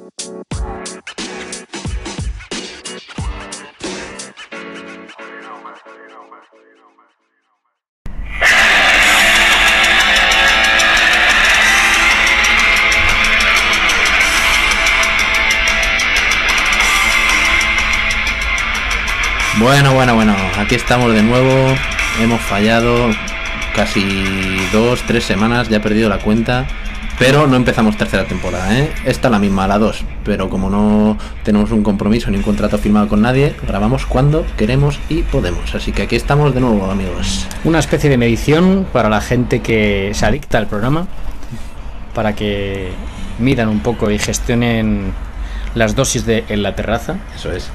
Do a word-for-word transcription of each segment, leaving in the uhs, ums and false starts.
Bueno, bueno, bueno, aquí estamos de nuevo. Hemos fallado casi dos, tres semanas, ya he perdido la cuenta. Pero no empezamos tercera temporada, ¿eh? Esta es la misma, la dos. Pero como no tenemos un compromiso ni un contrato firmado con nadie, grabamos cuando queremos y podemos. Así que aquí estamos de nuevo, amigos. Una especie de medición para la gente que se adicta al programa, para que midan un poco y gestionen las dosis de En la Terraza. Eso es.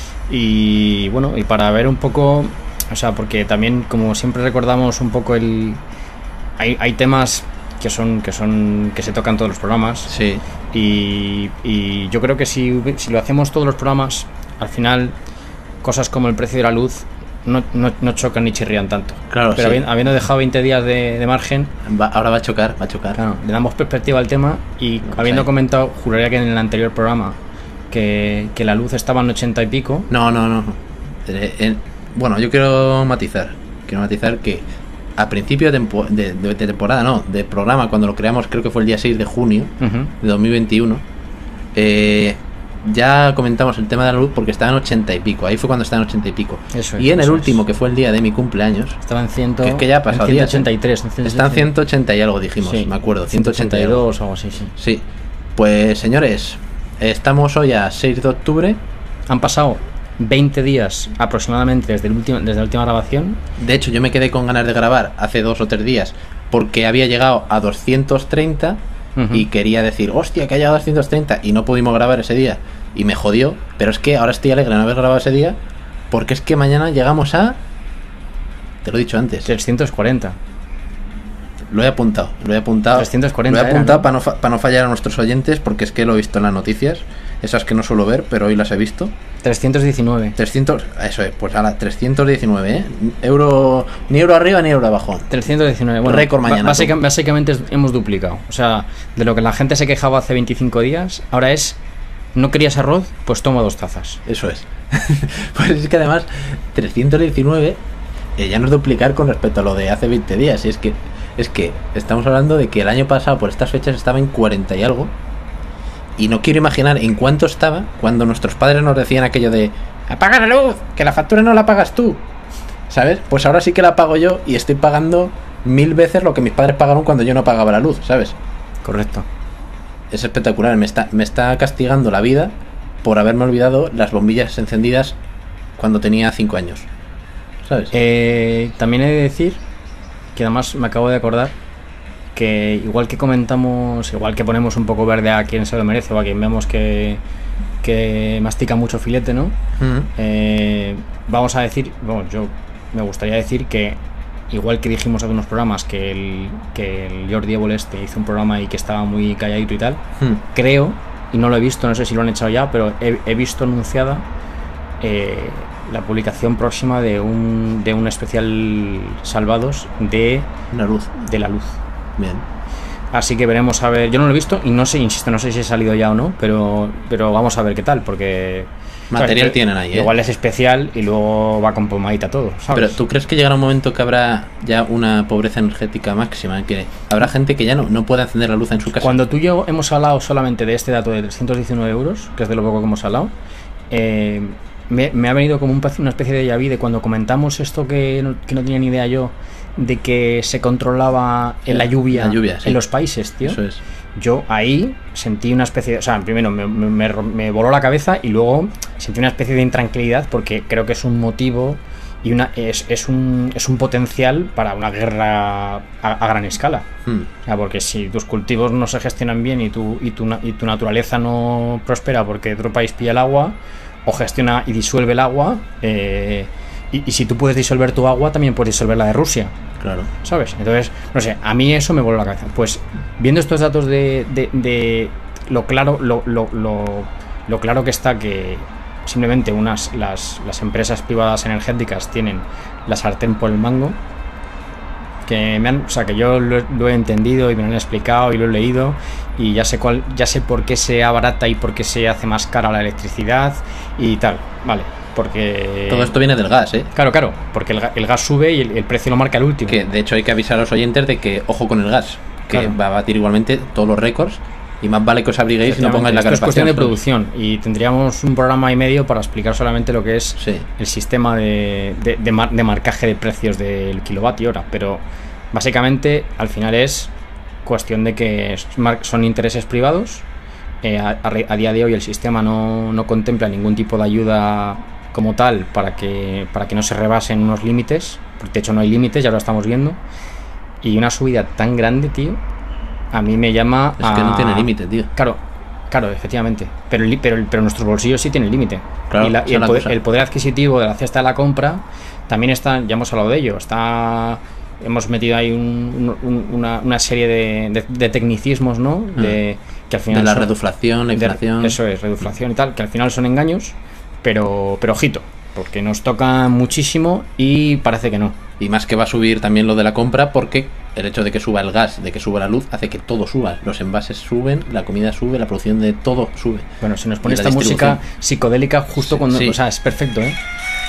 Y bueno, y para ver un poco, o sea, porque también, como siempre recordamos un poco el... Hay, hay temas que son que son que se tocan todos los programas. Sí. Y, y yo creo que si, si lo hacemos todos los programas, al final cosas como el precio de la luz no, no, no chocan ni chirrían tanto. Claro, pero sí. habiendo, habiendo dejado veinte días de, de margen, va, ahora va a chocar, va a chocar. Claro, le damos perspectiva al tema y Vamos habiendo ahí. comentado, juraría que en el anterior programa que, que la luz estaba en ochenta y pico. No, no, no. Eh, eh, bueno, yo quiero matizar. Quiero matizar que a principio de, tempo- de, de, de temporada, no, de programa, cuando lo creamos, creo que fue el día seis de junio Uh-huh. de dos mil veintiuno, eh, ya comentamos el tema de la luz porque estaba en ochenta y pico. Ahí fue cuando estaba en ochenta y pico. Eso es, y en el eso último, es. que fue el día de mi cumpleaños, Estaba en cien, que es que ya ha pasado en días, ciento ochenta y tres. ¿eh? Está en ciento ochenta y algo, dijimos, Sí, me acuerdo, ciento ciento ochenta ochenta y y algo. dos o algo así, sí. Sí, pues señores, estamos hoy a seis de octubre. Han pasado veinte días aproximadamente desde, el último, desde la última grabación. De hecho, yo me quedé con ganas de grabar hace dos o tres días porque había llegado a doscientos treinta Uh-huh. y quería decir, hostia, que ha llegado a doscientos treinta y no pudimos grabar ese día. Y me jodió, pero es que ahora estoy alegre de no haber grabado ese día porque es que mañana llegamos a... Te lo he dicho antes. trescientos cuarenta. Lo he apuntado, lo he apuntado. trescientos cuarenta Lo he apuntado era, ¿no? para no, fa- para no fallar a nuestros oyentes porque es que lo he visto en las noticias. Esas que no suelo ver, pero hoy las he visto. trescientos diecinueve. trescientos, eso es, pues a la trescientos diecinueve, ¿eh? Euro, ni euro arriba ni euro abajo. trescientos diecinueve. Bueno, Récord mañana, ba- básica- tú. básicamente es- hemos duplicado. O sea, de lo que la gente se quejaba hace veinticinco días, ahora es, ¿no querías arroz? Pues toma dos tazas. Eso es. Pues es que además trescientos diecinueve eh, ya no es duplicar con respecto a lo de hace veinte días. Y es que es que estamos hablando de que el año pasado por estas fechas estaba en cuarenta y algo. Y no quiero imaginar en cuánto estaba cuando nuestros padres nos decían aquello de apaga la luz, que la factura no la pagas tú. ¿Sabes? Pues ahora sí que la pago yo y estoy pagando mil veces lo que mis padres pagaron cuando yo no pagaba la luz, ¿sabes? Correcto. Es espectacular, me está, me está castigando la vida por haberme olvidado las bombillas encendidas cuando tenía cinco años, ¿sabes? Eh, también he de decir que además me acabo de acordar que igual que comentamos, igual que ponemos un poco verde a quien se lo merece o a quien vemos que, que mastica mucho filete, ¿no? Ujú. Eh, vamos a decir, bueno, yo me gustaría decir que igual que dijimos en algunos programas que el, que el Jordi Évole este hizo un programa y que estaba muy calladito y tal, Hmm. creo, y no lo he visto, no sé si lo han echado ya, pero he, he visto anunciada eh, la publicación próxima de un, de un especial Salvados de, Una luz. de la luz. Bien. Así que veremos a ver, yo no lo he visto y no sé, insisto, no sé si ha salido ya o no, pero, pero vamos a ver qué tal, porque... Material ¿sabes? tienen ahí, ¿eh? Igual es especial y luego va con pomadita todo, ¿sabes? Pero ¿tú crees que llegará un momento que habrá ya una pobreza energética máxima? Que habrá gente que ya no, no puede encender la luz en su casa. Cuando tú y yo hemos hablado solamente de este dato de trescientos diecinueve euros, que es de lo poco que hemos hablado, eh, me, me ha venido como un, una especie de déjà vu de cuando comentamos esto que no, que no tenía ni idea yo, de que se controlaba en la lluvia, La lluvia, sí. en los países, tío. Eso es. Yo ahí sentí una especie de... O sea, primero me, me, me, me voló la cabeza y luego sentí una especie de intranquilidad porque creo que es un motivo y una es, es, un, es un potencial para una guerra a, a gran escala. Hmm. O sea, porque si tus cultivos no se gestionan bien y tu, y tu, y tu naturaleza no prospera porque otro país pilla el agua o gestiona y disuelve el agua, eh, y, y si tú puedes disolver tu agua, también puedes disolver la de Rusia. Claro. ¿Sabes? Entonces, no sé, a mí eso me voló la cabeza. Pues viendo estos datos de, de, de lo claro, lo, lo, lo, lo claro que está que simplemente unas las, las empresas privadas energéticas tienen la sartén por el mango, que me han, o sea, que yo lo, lo he entendido y me lo han explicado y lo he leído y ya sé cuál, ya sé por qué se abarata y por qué se hace más cara la electricidad y tal, vale, porque todo esto viene del gas, ¿eh? Claro, claro, porque el, el gas sube y el, el precio lo marca el último. Que de hecho hay que avisar a los oyentes de que ojo con el gas, que claro. va a batir igualmente todos los récords. Y más vale que os abriguéis y no pongáis la calefacción. Es cuestión de producción ¿sabes? Y tendríamos un programa y medio para explicar solamente lo que es sí. el sistema de, de, de, mar, de marcaje de precios del kilovatio hora. Pero básicamente al final es cuestión de que son intereses privados. Eh, a, a día de hoy el sistema no, no contempla ningún tipo de ayuda como tal para que, para que no se rebasen unos límites. Porque de hecho no hay límites, ya lo estamos viendo. Y una subida tan grande, tío, a mí me llama es a... que no tiene límite, tío. Claro, claro, efectivamente. Pero, el, pero, pero nuestros bolsillos sí tienen límite. Claro, y, la, y el, poder, el poder adquisitivo de la cesta de la compra también está, ya hemos hablado de ello, está... Hemos metido ahí un, un, una, una serie de, de, de tecnicismos, ¿no? De, que al final de la son, reduflación, la inflación... De, eso es, reduflación y tal, que al final son engaños, pero, pero ojito, porque nos toca muchísimo y parece que no. Y más que va a subir también lo de la compra, porque el hecho de que suba el gas, de que suba la luz, hace que todo suba. Los envases suben, la comida sube, la producción de todo sube. Bueno, se nos pone esta música psicodélica justo sí, cuando... Sí. O sea, es perfecto, ¿eh?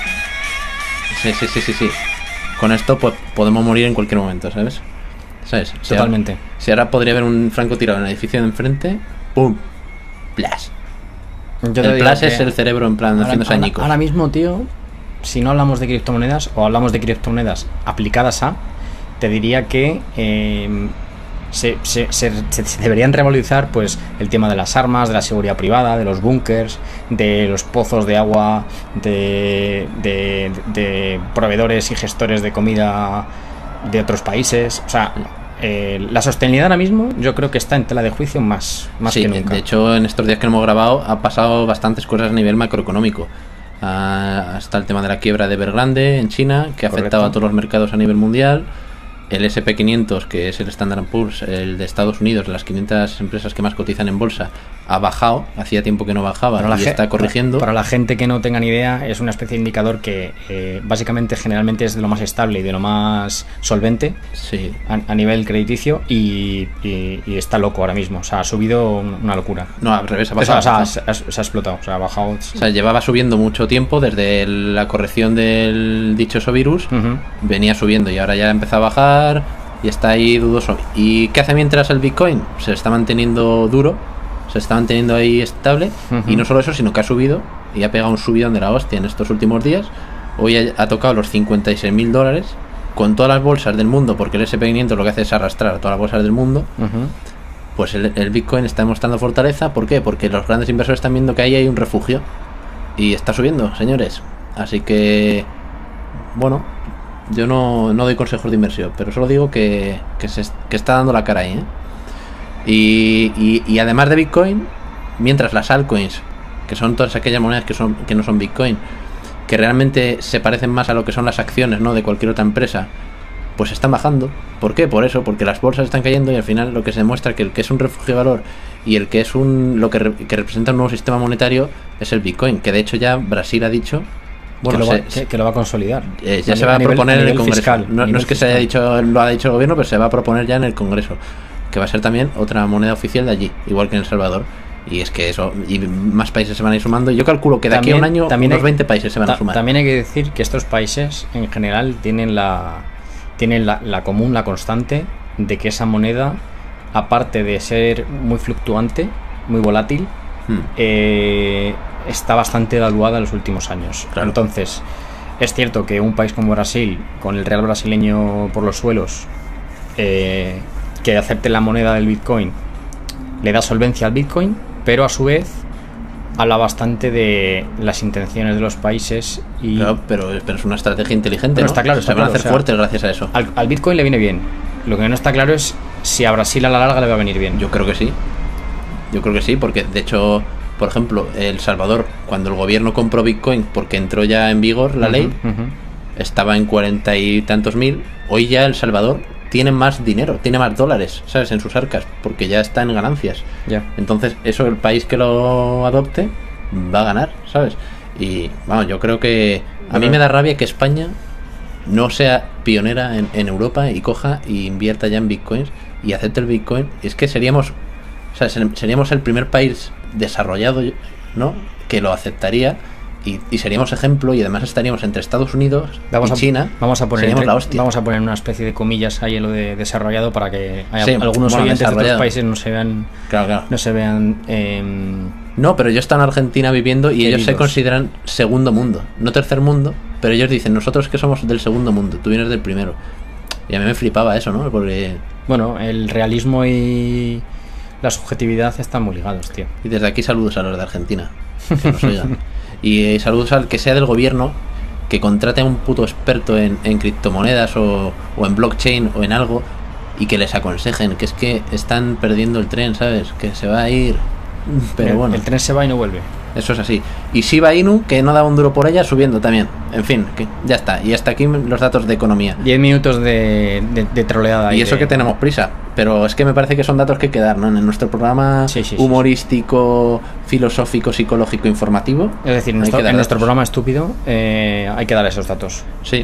Sí, sí, sí, sí, sí. Con esto po podemos morir en cualquier momento, ¿sabes? ¿Sabes? Si Totalmente. Ahora, si ahora podría haber un francotirador en el edificio de enfrente, ¡pum! ¡Plas! Yo el Plas es el cerebro en plan ahora, haciéndose ahora, añicos. ahora mismo, tío, si no hablamos de criptomonedas o hablamos de criptomonedas aplicadas a, te diría que eh, se, se, se, se deberían revolucionar pues el tema de las armas, de la seguridad privada, de los búnkers, de los pozos de agua, de, de, de proveedores y gestores de comida de otros países. O sea, eh, la sostenibilidad ahora mismo yo creo que está en tela de juicio más, más sí, que nunca. De hecho, en estos días que hemos grabado ha pasado bastantes cosas a nivel macroeconómico. Uh, hasta el tema de la quiebra de Evergrande en China, que ha afectado a todos los mercados a nivel mundial. El ese and pe quinientos, que es el Standard and Poor's, el de Estados Unidos, las quinientas empresas que más cotizan en bolsa, ha bajado. Hacía tiempo que no bajaba y está corrigiendo. Para, para la gente que no tenga ni idea, es una especie de indicador que eh, básicamente generalmente es de lo más estable y de lo más solvente sí. a, a nivel crediticio y, y, y está loco ahora mismo. O sea, ha subido una locura. No, al revés, ha bajado. O sea, o sea, se, ha, se ha explotado, o sea, ha bajado. O sea, llevaba subiendo mucho tiempo desde la corrección del dichoso virus. Uh-huh. Venía subiendo y ahora ya empezó a bajar. Y está ahí dudoso. ¿Y qué hace mientras el Bitcoin? Se está manteniendo duro, se está manteniendo ahí estable. Uh-huh. Y no solo eso, sino que ha subido y ha pegado un subidón de la hostia en estos últimos días. Hoy ha, ha tocado los cincuenta y seis mil dólares con todas las bolsas del mundo, porque el ese and pe quinientos lo que hace es arrastrar a todas las bolsas del mundo. Uh-huh. Pues el, el Bitcoin está mostrando fortaleza. ¿Por qué? Porque los grandes inversores están viendo que ahí hay un refugio y está subiendo, señores. Así que, bueno, yo no, no doy consejos de inversión, pero solo digo que, que, se, que está dando la cara ahí, ¿eh? Y, y, y además de Bitcoin, mientras las altcoins, que son todas aquellas monedas que, son, que no son Bitcoin, que realmente se parecen más a lo que son las acciones, ¿no?, de cualquier otra empresa, pues están bajando. ¿Por qué? Por eso, porque las bolsas están cayendo y al final lo que se demuestra que el que es un refugio de valor y el que es un lo que, re, que representa un nuevo sistema monetario es el Bitcoin, que de hecho ya Brasil ha dicho... Bueno, que, lo va, se, que, que lo va a consolidar. Eh, ya a se va a, a nivel, proponer a en el Congreso. Fiscal, no, no es que fiscal. se haya dicho, lo ha dicho el gobierno, pero se va a proponer ya en el Congreso, que va a ser también otra moneda oficial de allí, igual que en El Salvador. Y es que eso, y más países se van a ir sumando. Yo calculo que de también, aquí a un año unos hay, veinte países se van ta, a sumar. También hay que decir que estos países en general tienen la tienen la, la común, la constante de que esa moneda, aparte de ser muy fluctuante, muy volátil, hmm. eh, está bastante devaluada en los últimos años. Claro. Entonces, es cierto que un país como Brasil, con el real brasileño por los suelos, eh, que acepte la moneda del Bitcoin, le da solvencia al Bitcoin, pero a su vez habla bastante de las intenciones de los países y... Claro, pero, pero es una estrategia inteligente, pero ¿no? Está claro, está se van claro, a hacer o sea, fuertes gracias a eso. Al, al Bitcoin le viene bien. Lo que no está claro es si a Brasil a la larga le va a venir bien. Yo creo que sí. Yo creo que sí, porque de hecho... Por ejemplo, El Salvador, cuando el gobierno compró Bitcoin porque entró ya en vigor la uh-huh, ley, uh-huh. estaba en cuarenta y tantos mil. Hoy ya El Salvador tiene más dinero, tiene más dólares, ¿sabes?, en sus arcas, porque ya está en ganancias. Yeah. Entonces, eso el país que lo adopte va a ganar, ¿sabes? Y, vamos, yo creo que... A mí me da rabia que España no sea pionera en, en Europa y coja y invierta ya en bitcoins y acepte el bitcoin. Es que seríamos, o sea, seríamos el primer país desarrollado, ¿no?, que lo aceptaría. Y, y seríamos ejemplo, y además estaríamos entre Estados Unidos vamos y a, China. Vamos a poner seríamos entre, la hostia. Vamos a poner una especie de comillas ahí en lo de desarrollado para que haya, Sí, algunos bueno, oyentes de otros países no se vean, claro, claro. no se vean. Eh, no, pero yo estoy en Argentina viviendo y heridos. Ellos se consideran segundo mundo, no tercer mundo, pero ellos dicen nosotros que somos del segundo mundo, tú vienes del primero. Y a mí me flipaba eso, ¿no? Porque bueno, el realismo y la subjetividad están muy ligados, tío. Y desde aquí saludos a los de Argentina, que nos oigan. Y eh, saludos al que sea del gobierno, que contrate a un puto experto en, en criptomonedas o, o en blockchain o en algo, y que les aconsejen, que es que están perdiendo el tren, ¿sabes? Que se va a ir. Pero el, bueno, el tren se va y no vuelve. Eso es así. Y Shiba Inu, que no daba un duro por ella, subiendo también. En fin, que ya está. Y hasta aquí los datos de economía. Diez minutos de, de, de troleada. Y eso de... que tenemos prisa. Pero es que me parece que son datos que hay que dar, ¿no? En nuestro programa sí, sí, humorístico, sí, sí. filosófico, psicológico, informativo. Es decir, nuestro, en nuestro programa estúpido eh, hay que dar esos datos. Sí.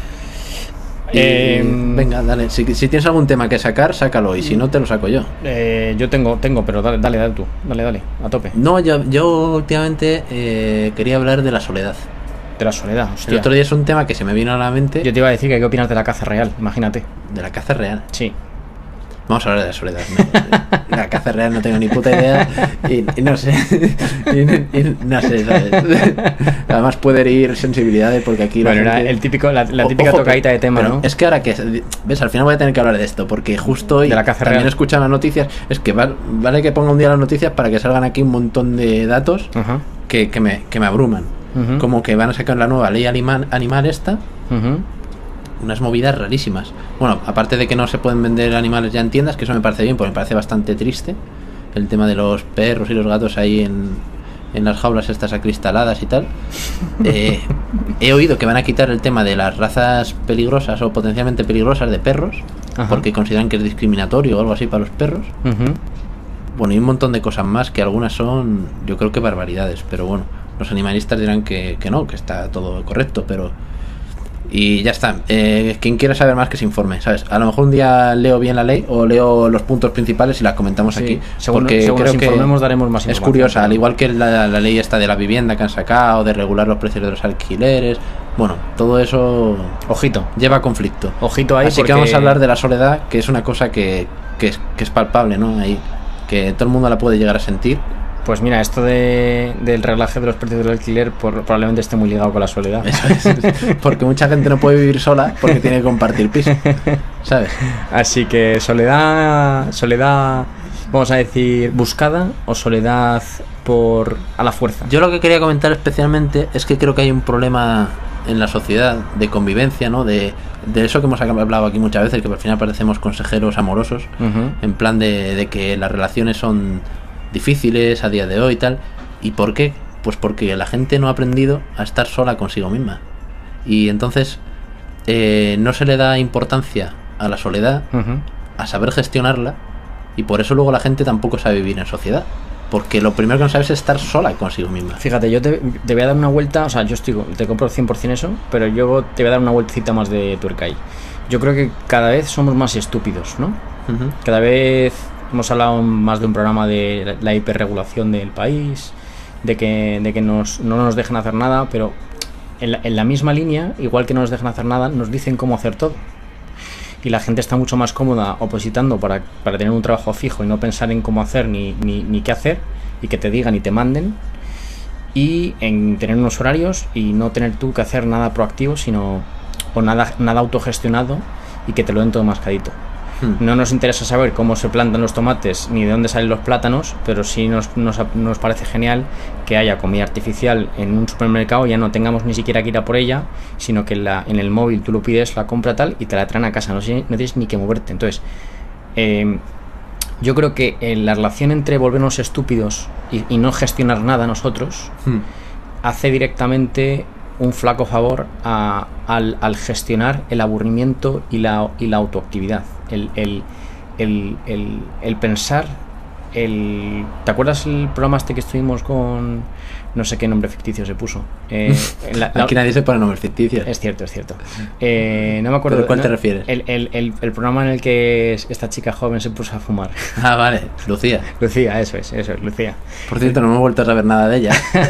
Eh, venga, dale. Si, si tienes algún tema que sacar, sácalo. Y si no, te lo saco yo. Eh, yo tengo, tengo, pero dale, dale, dale tú. Dale, dale, a tope. No, yo, yo últimamente eh, quería hablar de la soledad. De la soledad, hostia. El otro día es un tema que se me vino a la mente. Yo te iba a decir que qué opinas de la caza real, imagínate. ¿De la caza real? Sí. Vamos a hablar de la soledad. ¿no? La caza real no tengo ni puta idea. Y, y no sé. Y, y, no sé, ¿sabes? Además puede herir sensibilidades porque aquí. Bueno, la gente... era el típico, la, la típica Ojo, tocadita de tema, ¿no? Es que ahora que. ¿Ves? Al final voy a tener que hablar de esto porque justo hoy. De la caza también real. Escuchan las noticias. Es que vale, vale que ponga un día las noticias para que salgan aquí un montón de datos uh-huh. que, que, me, que me abruman. Uh-huh. Como que van a sacar la nueva ley animal, animal esta. Uh-huh. Unas movidas rarísimas. Bueno, aparte de que no se pueden vender animales ya en tiendas, que eso me parece bien, porque me parece bastante triste el tema de los perros y los gatos ahí en, en las jaulas estas acristaladas y tal. eh, he oído que van a quitar el tema de las razas peligrosas o potencialmente peligrosas de perros. Ajá. Porque consideran que es discriminatorio o algo así para los perros. Uh-huh. Bueno, y un montón de cosas más que algunas son, yo creo que barbaridades, pero bueno, los animalistas dirán que, que no, que está todo correcto, pero... Y ya está. Eh, quien quiera saber más que se informe, ¿sabes? A lo mejor un día leo bien la ley o leo los puntos principales y las comentamos sí, aquí. Según, porque según creo nos informemos, daremos más es curiosa, al igual que la, la ley esta de la vivienda que han sacado, de regular los precios de los alquileres. Bueno, todo eso. Ojito. Lleva conflicto. Ojito ahí. Así porque... que vamos a hablar de la soledad, que es una cosa que, que, es, que es palpable, ¿no? Ahí. Que todo el mundo la puede llegar a sentir. Pues mira, esto de, del reglaje de los precios del alquiler por, probablemente esté muy ligado con la soledad. Eso es, porque mucha gente no puede vivir sola porque tiene que compartir piso, ¿sabes? Así que soledad, soledad, vamos a decir, buscada o soledad por a la fuerza. Yo lo que quería comentar especialmente es que creo que hay un problema en la sociedad de convivencia, ¿no? De, de eso que hemos hablado aquí muchas veces, que al final parecemos consejeros amorosos, uh-huh. en plan de, de que las relaciones son... difíciles a día de hoy y tal. ¿Y por qué? Pues porque la gente no ha aprendido a estar sola consigo misma. Y entonces eh, no se le da importancia a la soledad, uh-huh. a saber gestionarla, y por eso luego la gente tampoco sabe vivir en sociedad. Porque lo primero que no sabes es estar sola consigo misma. Fíjate, yo te, te voy a dar una vuelta, o sea, yo estoy, te compro cien por ciento eso, pero yo te voy a dar una vueltecita más de tuerca ahí. Yo creo que cada vez somos más estúpidos, ¿no? Uh-huh. Cada vez... Hemos hablado más de un programa de la hiperregulación del país, de que, de que nos, no nos dejan hacer nada, pero en la, en la misma línea, igual que no nos dejan hacer nada, nos dicen cómo hacer todo. Y la gente está mucho más cómoda opositando para, para tener un trabajo fijo y no pensar en cómo hacer ni, ni, ni qué hacer, y que te digan y te manden, y en tener unos horarios y no tener tú que hacer nada proactivo, sino o nada, nada autogestionado y que te lo den todo mascadito. No nos interesa saber cómo se plantan los tomates ni de dónde salen los plátanos, pero sí nos, nos, nos parece genial que haya comida artificial en un supermercado, ya no tengamos ni siquiera que ir a por ella, sino que en, la, en el móvil tú lo pides, la compra tal y te la traen a casa, no, no tienes ni que moverte. Entonces, eh, yo creo que en la relación entre volvernos estúpidos y, y no gestionar nada nosotros, hmm. hace directamente un flaco favor a, al, al gestionar el aburrimiento y la, y la autoactividad. El, el, el, el, el pensar el, ¿te acuerdas el programa este que estuvimos con, no sé qué nombre ficticio se puso? Eh, la, la, Aquí nadie se pone nombres ficticios. Es cierto, es cierto. Eh, no me acuerdo. ¿De cuál no, te refieres? El, el, el, el programa en el que esta chica joven se puso a fumar. Ah, vale, Lucía. Lucía, eso es, eso es, Lucía. Por cierto, no me he vuelto a saber nada de ella.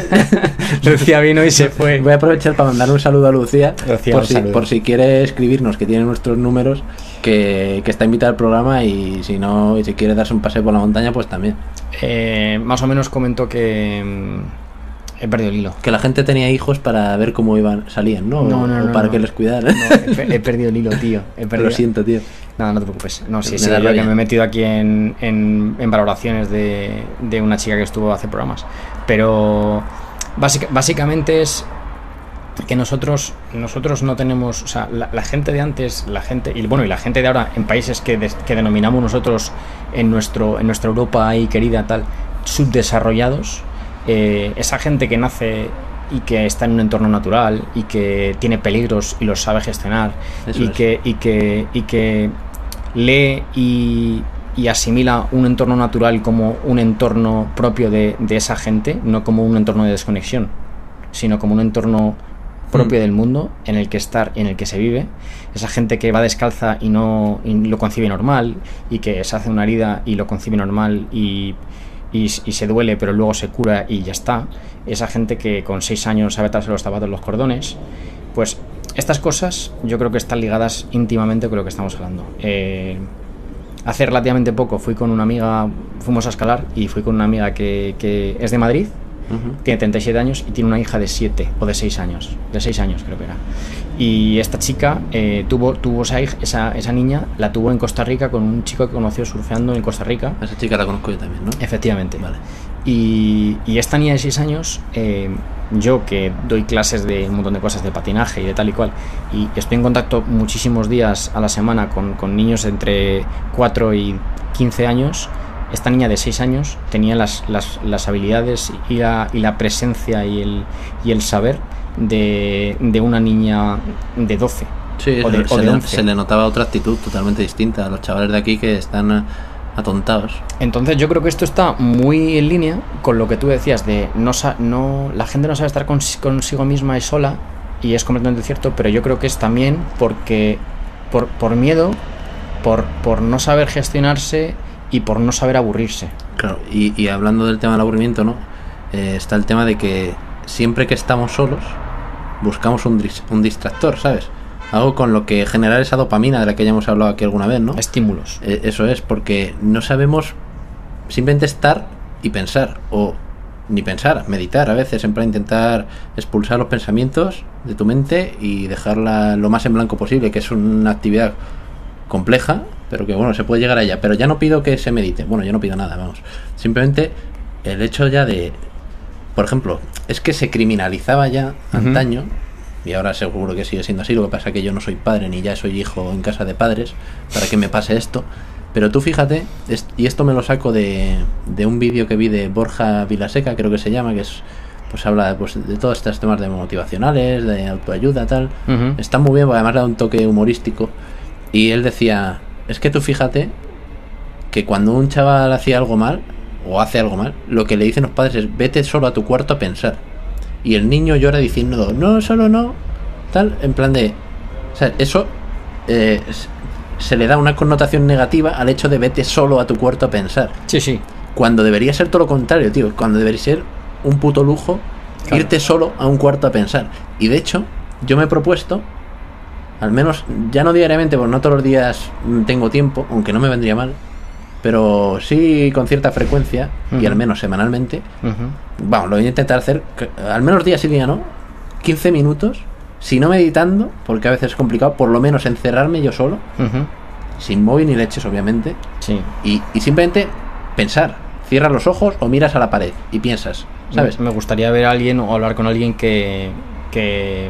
Lucía vino y se fue. Voy a aprovechar para mandar un saludo a Lucía, Lucía por, si, saludo. por si quiere escribirnos, que tiene nuestros números, que, que está invitada al programa, y si no, y si quiere darse un paseo por la montaña, pues también. Eh, más o menos comentó que mmm, he perdido el hilo. Que la gente tenía hijos para ver cómo iban, salían, ¿no? No, no, o no, para no. que les cuidaran. No, he, he perdido el hilo, tío. He perdido... Lo siento, tío. Nada, no te preocupes. No, sí, Me sí, da yo rabia. que me he metido aquí en, en, en valoraciones de, de una chica que estuvo hace programas. Pero básica, básicamente es que nosotros nosotros no tenemos, o sea, la, la gente de antes, la gente y bueno y la gente de ahora en países que, des, que denominamos nosotros en nuestro en nuestra Europa ahí querida tal subdesarrollados, eh, esa gente que nace y que está en un entorno natural y que tiene peligros y los sabe gestionar Eso y es. que y que y que lee y y asimila un entorno natural como un entorno propio de, de esa gente, no como un entorno de desconexión, sino como un entorno propio mm. del mundo en el que estar, en el que se vive. Esa gente que va descalza y no y lo concibe normal, y que se hace una herida y lo concibe normal y, y, y se duele, pero luego se cura y ya está. Esa gente que con seis años sabe atarse los zapatos, los cordones. Pues estas cosas yo creo que están ligadas íntimamente con lo que estamos hablando. Eh, Hace relativamente poco fui con una amiga, fuimos a escalar y fui con una amiga que, que es de Madrid, uh-huh. tiene treinta y siete años y tiene una hija de siete o de seis años, de seis años creo que era. Y esta chica eh, tuvo, tuvo esa, hija, esa, esa niña, la tuvo en Costa Rica con un chico que conoció surfeando en Costa Rica. Esa chica la conozco yo también, ¿no? Efectivamente. Vale. Y, y esta niña de seis años, eh, yo que doy clases de un montón de cosas de patinaje y de tal y cual, y estoy en contacto muchísimos días a la semana con, con niños entre cuatro y quince años, esta niña de seis años tenía las, las, las habilidades y la, y la presencia y el, y el saber de, de una niña de doce. Sí, o de, se, o de le, once. Se le notaba otra actitud totalmente distinta a los chavales de aquí que están atontados. Entonces yo creo que esto está muy en línea con lo que tú decías de no, no la gente no sabe estar cons, consigo misma y sola, y es completamente cierto, pero yo creo que es también porque por, por miedo, por, por no saber gestionarse y por no saber aburrirse. Claro, y, y hablando del tema del aburrimiento, ¿no? Eh, está el tema de que siempre que estamos solos buscamos un, un distractor, ¿sabes? Algo con lo que generar esa dopamina de la que ya hemos hablado aquí alguna vez, ¿no? Estímulos. Eh, eso es, porque no sabemos simplemente estar y pensar, o ni pensar, meditar a veces, en plan intentar expulsar los pensamientos de tu mente y dejarla lo más en blanco posible, que es una actividad compleja, pero que bueno, se puede llegar a ella. Pero ya no pido que se medite, bueno, yo no pido nada, vamos. Simplemente el hecho ya de, por ejemplo, es que se criminalizaba ya uh-huh. antaño, y ahora seguro que sigue siendo así, lo que pasa es que yo no soy padre ni ya soy hijo en casa de padres para que me pase esto, pero tú fíjate, es, y esto me lo saco de, de un vídeo que vi de Borja Vilaseca, creo que se llama, que es pues habla pues, de todos estos temas de motivacionales, de autoayuda, tal, uh-huh. está muy bien, además da un toque humorístico, y él decía, es que tú fíjate que cuando un chaval hacía algo mal o hace algo mal, lo que le dicen los padres es vete solo a tu cuarto a pensar. Y el niño llora diciendo, no, solo no, tal, en plan de... O sea, eso eh, se le da una connotación negativa al hecho de vete solo a tu cuarto a pensar. Sí, sí. Cuando debería ser todo lo contrario, tío. Cuando debería ser un puto lujo claro. irte solo a un cuarto a pensar. Y de hecho, yo me he propuesto, al menos, ya no diariamente, porque no todos los días tengo tiempo, aunque no me vendría mal, pero sí con cierta frecuencia, uh-huh. y al menos semanalmente, uh-huh. vamos, lo voy a intentar hacer, al menos día sí día no, quince minutos, si no meditando, porque a veces es complicado, por lo menos encerrarme yo solo, uh-huh. sin móvil ni leches, obviamente, sí. y, y simplemente pensar, cierras los ojos o miras a la pared y piensas, ¿sabes? Me gustaría ver a alguien o hablar con alguien que, que,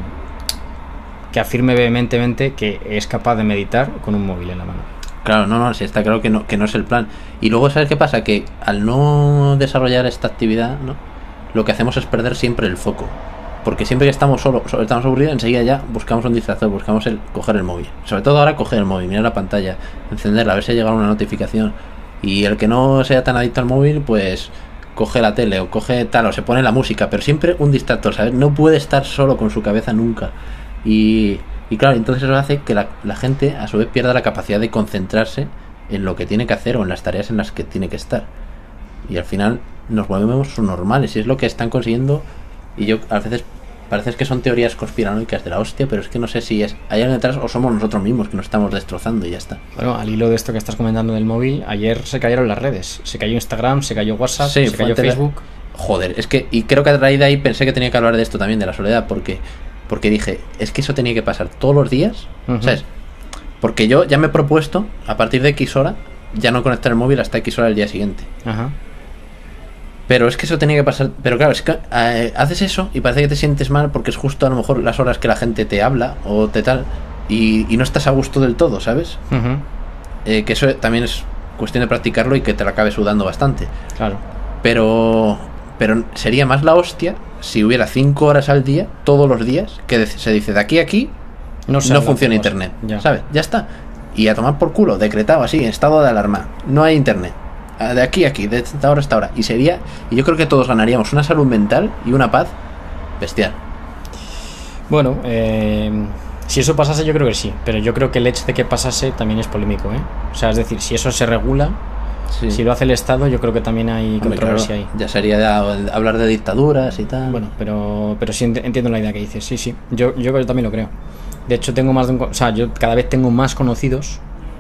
que afirme vehementemente que es capaz de meditar con un móvil en la mano. Claro, no, no, sí está claro que no, que no es el plan. Y luego, ¿sabes qué pasa? Que al no desarrollar esta actividad, ¿no? Lo que hacemos es perder siempre el foco. Porque siempre que estamos solos, estamos aburridos, enseguida ya buscamos un distractor, buscamos el coger el móvil. Sobre todo ahora coger el móvil, mirar la pantalla, encenderla, a ver si ha llegado una notificación. Y el que no sea tan adicto al móvil, pues coge la tele o coge tal, o se pone la música, pero siempre un distractor, ¿sabes? No puede estar solo con su cabeza nunca. Y, y claro, entonces eso hace que la, la gente a su vez pierda la capacidad de concentrarse en lo que tiene que hacer o en las tareas en las que tiene que estar. Y al final nos volvemos normales, y es lo que están consiguiendo. Y yo a veces parece que son teorías conspiranoicas de la hostia, pero es que no sé si es hay alguien detrás o somos nosotros mismos que nos estamos destrozando y ya está. Bueno, al hilo de esto que estás comentando del móvil, ayer se cayeron las redes. Se cayó Instagram, se cayó WhatsApp, sí, se cayó Facebook. La... Joder, es que, y creo que a raíz de ahí pensé que tenía que hablar de esto también, de la soledad, porque porque dije, es que eso tenía que pasar todos los días, uh-huh. ¿Sabes? Porque yo ya me he propuesto, a partir de X hora, ya no conectar el móvil hasta X hora el día siguiente. Ajá. Uh-huh. Pero es que eso tenía que pasar. Pero claro, es que eh, haces eso y parece que te sientes mal porque es justo a lo mejor las horas que la gente te habla o te tal. Y, y no estás a gusto del todo, ¿sabes? Uh-huh. Eh, que eso también es cuestión de practicarlo y que te la acabe sudando bastante. Claro. Pero, pero sería más la hostia si hubiera cinco horas al día, todos los días, que se dice de aquí a aquí no, no funciona internet. Ya. ¿Sabes? Ya está. Y a tomar por culo, decretado así, en estado de alarma. No hay internet. De aquí a aquí, de esta hora a esta hora. Y sería, y yo creo que todos ganaríamos una salud mental y una paz bestial. Bueno, eh, si eso pasase yo creo que sí, pero yo creo que el hecho de que pasase también es polémico, ¿eh? O sea, es decir, si eso se regula, sí. Si lo hace el Estado, yo creo que también hay Hombre, controversia claro, ahí. Ya sería de hablar de dictaduras y tal. Bueno, pero pero sí entiendo la idea que dices, sí, sí, yo, yo también lo creo. De hecho, tengo más de un, o sea, yo cada vez tengo más conocidos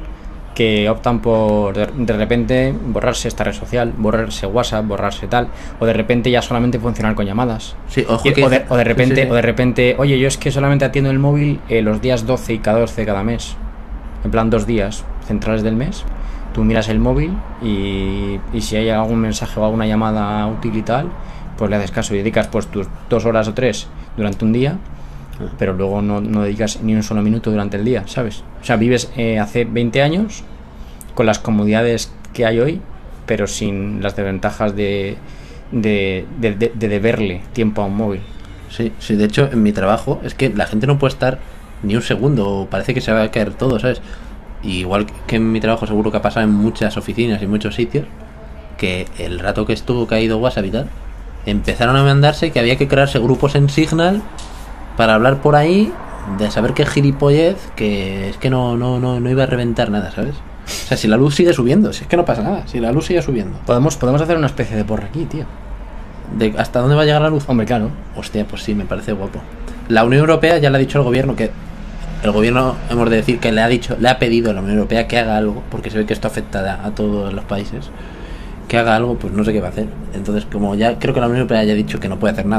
que optan por de, de repente borrarse esta red social, borrarse WhatsApp, borrarse tal, o de repente ya solamente funcionar con llamadas. Sí, ojo y, que o, de, o de repente, sí, sí. o de repente, oye, yo es que solamente atiendo el móvil eh, los días doce y catorce de cada mes. En plan, dos días centrales del mes. Tú miras el móvil y, y si hay algún mensaje o alguna llamada útil y tal, pues le haces caso y dedicas pues tus dos horas o tres durante un día, pero luego no, no dedicas ni un solo minuto durante el día, ¿sabes? O sea, vives eh, hace veinte años con las comodidades que hay hoy, pero sin las desventajas de, de, de, de, de deberle tiempo a un móvil. Sí, sí, de hecho en mi trabajo es que la gente no puede estar ni un segundo, parece que se va a caer todo, ¿sabes? Y igual que en mi trabajo seguro que ha pasado en muchas oficinas y muchos sitios, que el rato que estuvo caído WhatsApp y tal, empezaron a mandarse que había que crearse grupos en Signal para hablar por ahí de saber qué gilipollez, que es que no, no, no, no iba a reventar nada, ¿sabes? O sea, si la luz sigue subiendo, si es que no pasa nada, si la luz sigue subiendo. Podemos, podemos hacer una especie de porra aquí, tío. ¿De ¿Hasta dónde va a llegar la luz? Hombre, claro. Hostia, pues sí, me parece guapo. La Unión Europea ya le ha dicho al gobierno que... El gobierno, hemos de decir que le ha dicho, le ha pedido a la Unión Europea que haga algo, porque se ve que esto afecta a, a todos los países. Que haga algo, pues no sé qué va a hacer. Entonces, como ya creo que la Unión Europea ya ha dicho que no puede hacer nada,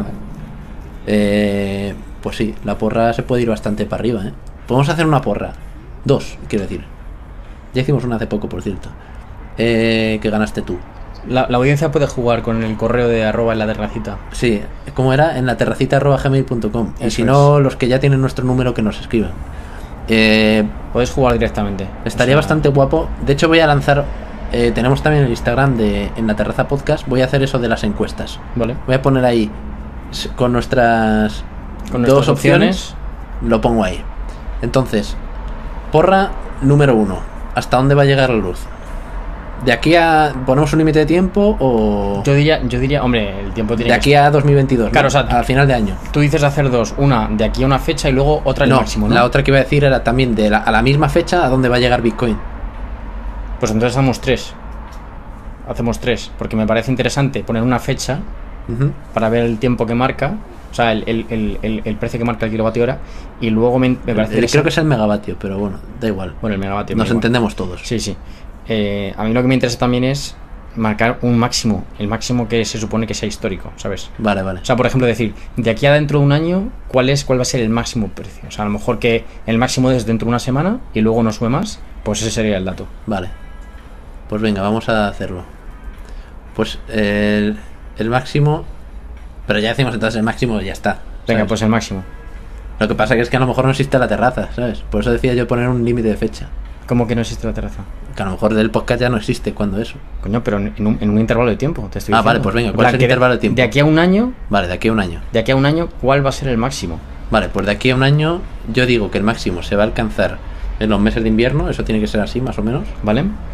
eh, pues sí, la porra se puede ir bastante para arriba, ¿eh? Podemos hacer una porra. Dos, quiero decir. Ya hicimos una hace poco, por cierto. Eh, que ganaste tú. La, la audiencia puede jugar con el correo de arroba en la terracita. Sí, como era, en la terracita arroba gmail punto com. Y si no, los que ya tienen nuestro número que nos escriban. Eh, Podéis jugar directamente. Estaría o sea... bastante guapo. De hecho voy a lanzar, eh, tenemos también el Instagram de En la Terraza Podcast. Voy a hacer eso de las encuestas. Vale. Voy a poner ahí con nuestras con dos opciones, opciones. Lo pongo ahí. Entonces, porra número uno. ¿Hasta dónde va a llegar la luz? ¿De aquí a... ponemos un límite de tiempo o...? Yo diría, yo diría, hombre, el tiempo tiene de aquí que... a dos mil veintidós, claro, ¿no? O sea, al final de año. Tú dices hacer dos, una de aquí a una fecha y luego otra el no, máximo, ¿no? La otra que iba a decir era también de la, a la misma fecha a dónde va a llegar Bitcoin. Pues entonces hacemos tres. Hacemos tres, porque me parece interesante poner una fecha uh-huh. para ver el tiempo que marca, o sea, el, el, el, el, el precio que marca el kilovatio hora, y luego me, me parece... El, creo que es el megavatio, pero bueno, da igual. Bueno, el megavatio. Nos entendemos todos. Sí, sí. Eh, a mí lo que me interesa también es marcar un máximo, el máximo que se supone que sea histórico, ¿sabes? Vale, vale. O sea, por ejemplo, decir, de aquí a dentro de un año, ¿cuál es cuál va a ser el máximo precio? O sea, a lo mejor que el máximo es dentro de una semana y luego no sube más, pues ese sería el dato. Vale. Pues venga, vamos a hacerlo. Pues el, el máximo... Pero ya decimos entonces el máximo, ya está. Venga, ¿sabes? Pues el máximo. Lo que pasa que es que a lo mejor no existe la terraza, ¿sabes? Por eso decía yo poner un límite de fecha. ¿Cómo que no existe la terraza? Que a lo mejor del podcast ya no existe cuando eso. Coño, pero en un, en un intervalo de tiempo, te estoy Ah, diciendo. vale, pues venga, ¿cuál es el intervalo de tiempo? De aquí a un año... Vale, de aquí a un año. De aquí a un año, ¿cuál va a ser el máximo? Vale, pues de aquí a un año yo digo que el máximo se va a alcanzar en los meses de invierno, eso tiene que ser así más o menos. ¿Vale?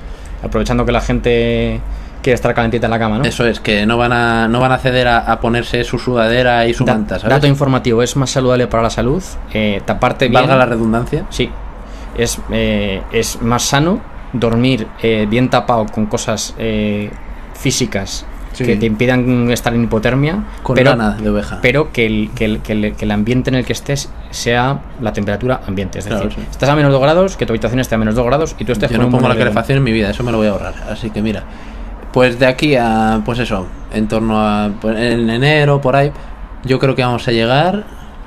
aprovechando que la gente quiere estar calentita en la cama, ¿no? Eso es, que no van a no van a ceder a, a ponerse su sudadera y su Da- manta, ¿sabes? Dato informativo, es más saludable para la salud eh, taparte bien. Valga la redundancia. Sí, es, eh, es más sano dormir eh, bien tapado con cosas eh, físicas Sí. que te impidan estar en hipotermia, Con pero, lana de oveja. pero que el, que, el, que, el, que el ambiente en el que estés sea la temperatura ambiente. Es decir, Claro, sí. estás a menos dos grados, que tu habitación esté a menos dos grados y tú estés Yo con no un pongo la mono de- calefacción en mi vida, eso me lo voy a ahorrar. Así que mira, pues de aquí a, pues eso, en torno a, pues en enero, por ahí, yo creo que vamos a llegar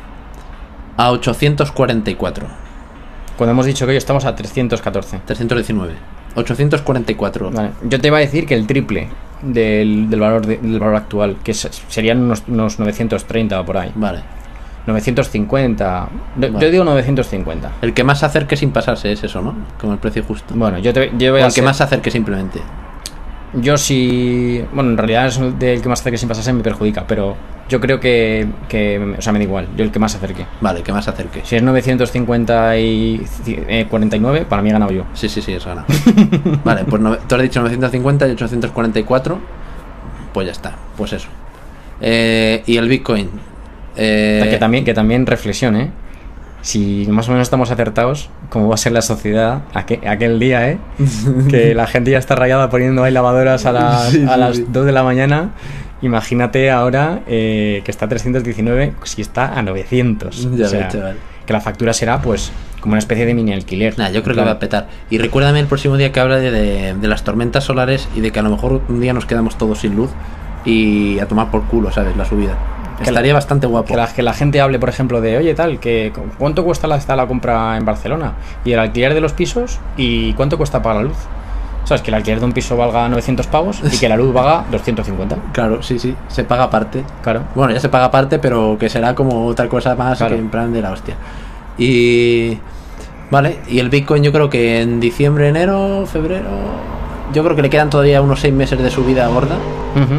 a ochocientos cuarenta y cuatro. Cuando hemos dicho que hoy estamos a trescientos catorce. trescientos diecinueve. ochocientos cuarenta y cuatro. Vale. Yo te iba a decir que el triple del, del, valor, de- del valor actual, que es- serían unos, unos novecientos treinta o por ahí. Vale. novecientos cincuenta. Yo Vale. digo novecientos cincuenta. El que más se acerque sin pasarse es eso, ¿no? Como el precio justo. Bueno, yo, te, yo O voy a el que ser- más se acerque simplemente. Yo sí. Bueno, en realidad es el del que más acerque sin pasarse me perjudica, pero yo creo que, que. O sea, me da igual. Yo el que más se acerque. Vale, el que más se acerque. Si es novecientos cincuenta y eh, cuarenta y nueve, para mí he ganado yo. Sí, sí, sí, es gana. Vale, pues no, tú has dicho novecientos cincuenta y ochocientos cuarenta y cuatro. Pues ya está, pues eso. Eh, y el Bitcoin. Eh, Que también, que también reflexión, ¿eh? Si más o menos estamos acertados, ¿cómo va a ser la sociedad aquel, aquel día, eh? Que la gente ya está rayada poniendo ahí lavadoras a, las- Sí, sí, a las sí. dos de la mañana. Imagínate ahora eh, que está a trescientos diecinueve, si está a novecientos. Ya O sea, ves, chaval. que la factura será, pues, como una especie de mini alquiler. Nah, yo creo que Claro. va a petar. Y recuérdame el próximo día que habla de, de, de las tormentas solares y de que a lo mejor un día nos quedamos todos sin luz y a tomar por culo, ¿sabes? La subida. Que Estaría la- bastante guapo. Que la, que la gente hable, por ejemplo, de, oye, tal, que ¿cuánto cuesta la, está la compra en Barcelona? Y el alquiler de los pisos, ¿y cuánto cuesta pagar la luz? ¿Sabes? Que el alquiler de un piso valga novecientos pavos y que la luz valga doscientos cincuenta. Claro, sí, sí. Se paga aparte. Claro. Bueno, ya se paga aparte, pero que será como otra cosa más Claro. que en plan de la hostia. Y... Vale, y el Bitcoin yo creo que en diciembre, enero, febrero... Yo creo que le quedan todavía unos seis meses de subida gorda. Ujú.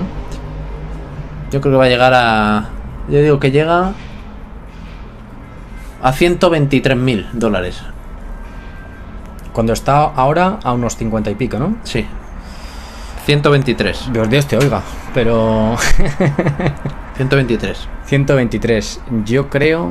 Yo creo que va a llegar a... Yo digo que llega a ciento veintitrés mil dólares. Cuando está ahora a unos cincuenta y pico, ¿no? Sí. ciento veintitrés. Dios Dios te oiga, pero... ciento veintitrés. ciento veintitrés. Yo creo...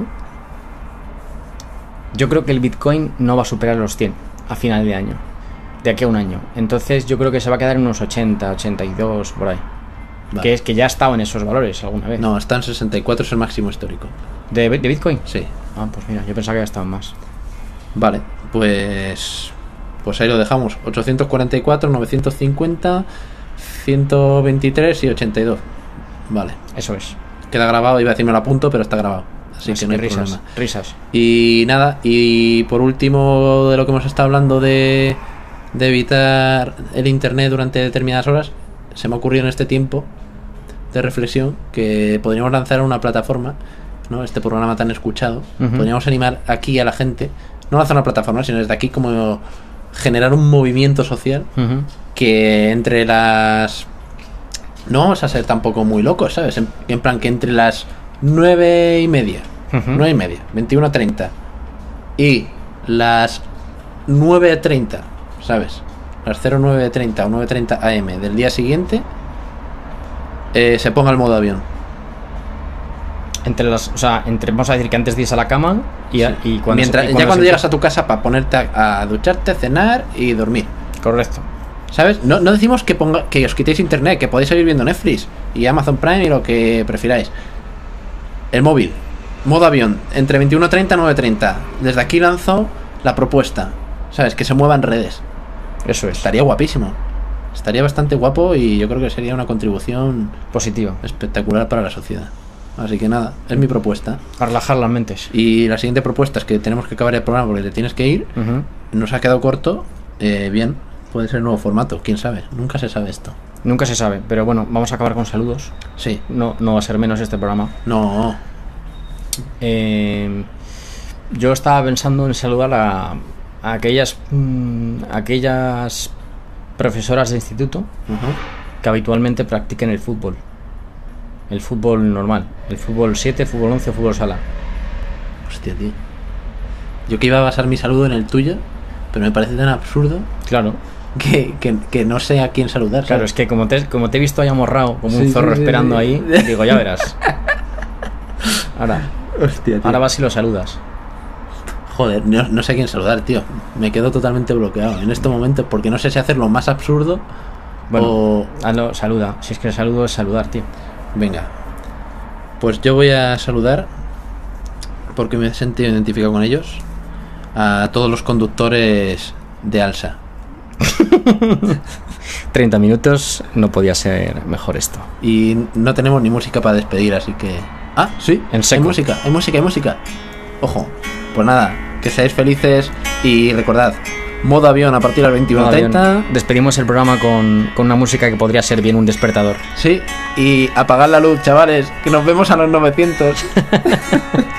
Yo creo que el Bitcoin no va a superar los cien a final de año. De aquí a un año. Entonces yo creo que se va a quedar en unos ochenta, ochenta y dos, por ahí. Vale. Que es que ya ha estado en esos valores alguna vez. No, está en sesenta y cuatro, es el máximo histórico. ¿De, de Bitcoin? Sí. Ah, pues mira, yo pensaba que había estado en más. Vale, pues... Pues ahí lo dejamos. ochocientos cuarenta y cuatro, novecientos cincuenta, ciento veintitrés y ochenta y dos. Vale. Eso es. Queda grabado, iba a decirme lo apunto, pero está grabado. Así, Así que no hay risas, problema. risas. Y nada, y por último de lo que hemos estado hablando de, de evitar el internet durante determinadas horas, se me ha ocurrido en este tiempo de reflexión que podríamos lanzar una plataforma, ¿no? Este programa tan escuchado, Ujú. podríamos animar aquí a la gente, no lanzar una plataforma, sino desde aquí como generar un movimiento social Ujú. que entre las... No vamos a ser tampoco muy locos, ¿sabes? En, en plan que entre las nueve y media, Ujú. nueve y media, veintiuno treinta y las nueve treinta, ¿sabes? Las cero nueve treinta o nueve treinta A M del día siguiente eh, se ponga el modo avión. Entre las, o sea, entre, vamos a decir que antes de irse a la cama y, a- y cuando Mientras, se- y ya cuando se- llegas a tu casa para ponerte a, a ducharte, cenar y dormir. Correcto. ¿Sabes? No, no decimos que ponga, que os quitéis internet, que podéis seguir viendo Netflix y Amazon Prime y lo que prefiráis. El móvil, modo avión, entre veintiuno treinta y nueve treinta. Desde aquí lanzo la propuesta, ¿sabes? Que se muevan redes. Eso es. Estaría guapísimo. Estaría bastante guapo y yo creo que sería una contribución Positivo. espectacular para la sociedad. Así que nada, es mi propuesta. A relajar las mentes. Y la siguiente propuesta es que tenemos que acabar el programa porque te tienes que ir. Ujú. Nos ha quedado corto. Eh, bien, puede ser el nuevo formato, quién sabe. Nunca se sabe esto. Nunca se sabe, pero bueno, vamos a acabar con saludos. Sí, No, no va a ser menos este programa. no. Eh, yo estaba pensando en saludar a, a aquellas, mm, aquellas profesoras de instituto Ujú. que habitualmente practiquen el fútbol. El fútbol normal. El fútbol siete, fútbol once, fútbol sala. Hostia, tío. Yo que iba a basar mi saludo en el tuyo, pero me parece tan absurdo. Claro. que, que, que no sé a quién saludar. ¿sabes? Claro, es que como te, como te he visto ahí amorrado, como Sí, un zorro sí, esperando sí. ahí, digo, ya verás. Ahora, Hostia, tío. ahora vas y lo saludas. Joder, no, no sé a quién saludar, tío. Me quedo totalmente bloqueado en este momento porque no sé si hacer lo más absurdo Bueno, o... hazlo, saluda. Si es que el saludo es saludar, tío. Venga. Pues yo voy a saludar, porque me he sentido identificado con ellos, a todos los conductores de Alsa. treinta minutos, no podía ser mejor esto. Y no tenemos ni música para despedir, así que... Ah, sí, En hay seco. música, hay música, hay música. Ojo, pues nada, que seáis felices y recordad, modo avión a partir de las veintiuno treinta. Despedimos el programa con, con una música que podría ser bien un despertador. Sí, y apagad la luz, chavales, que nos vemos a los novecientos.